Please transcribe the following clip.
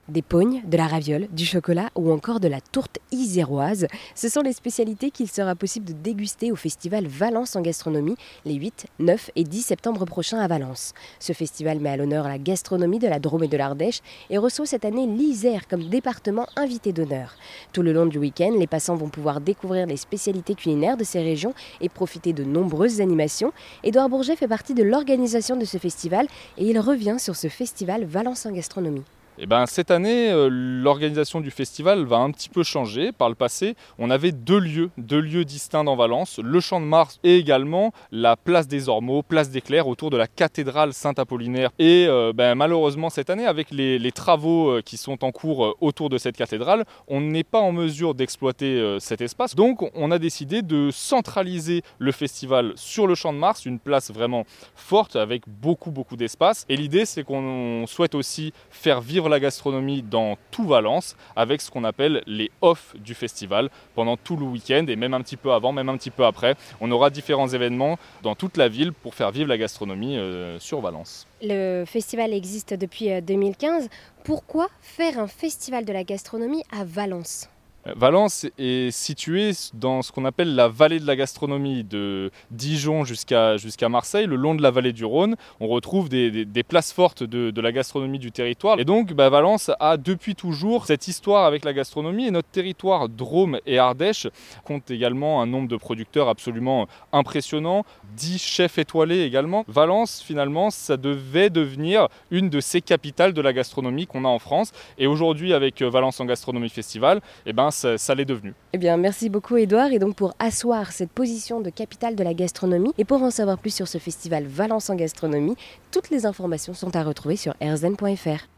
Des pognes, de la raviole, du chocolat ou encore de la tourte iséroise. Ce sont les spécialités qu'il sera possible de déguster au festival Valence en gastronomie les 8, 9 et 10 septembre prochains à Valence. Ce festival met à l'honneur la gastronomie de la Drôme et de l'Ardèche et reçoit cette année l'Isère comme département invité d'honneur. Tout le long du week-end, les passants vont pouvoir découvrir les spécialités culinaires de ces régions et profiter de nombreuses animations. Édouard Bourget fait partie de l'organisation de ce festival et il revient sur ce festival Valence en gastronomie. Cette année, l'organisation du festival va un petit peu changer. Par le passé, on avait deux lieux distincts dans Valence, le Champ de Mars et également la place des Ormeaux, place des Clercs, autour de la cathédrale Saint-Apollinaire. Et malheureusement, cette année, avec les travaux qui sont en cours autour de cette cathédrale, on n'est pas en mesure d'exploiter cet espace. Donc, on a décidé de centraliser le festival sur le Champ de Mars, une place vraiment forte avec beaucoup d'espace. Et l'idée, c'est qu'on souhaite aussi faire vivre la gastronomie dans tout Valence avec ce qu'on appelle les off du festival pendant tout le week-end et même un petit peu avant, même un petit peu après. On aura différents événements dans toute la ville pour faire vivre la gastronomie sur Valence. Le festival existe depuis 2015. Pourquoi faire un festival de la gastronomie à Valence ? Valence est située dans ce qu'on appelle la vallée de la gastronomie, de Dijon jusqu'à Marseille, le long de la vallée du Rhône. On retrouve des places fortes de la gastronomie du territoire. Et donc Valence a depuis toujours cette histoire avec la gastronomie. Et notre territoire Drôme et Ardèche compte également un nombre de producteurs absolument impressionnant, 10 chefs étoilés également. Valence, finalement, ça devait devenir une de ces capitales de la gastronomie qu'on a en France. Et aujourd'hui, avec Valence en Gastronomie Festival, ça l'est devenu. Merci beaucoup Édouard. Et donc pour asseoir cette position de capitale de la gastronomie et pour en savoir plus sur ce festival Valence en gastronomie, toutes les informations sont à retrouver sur rzn.fr.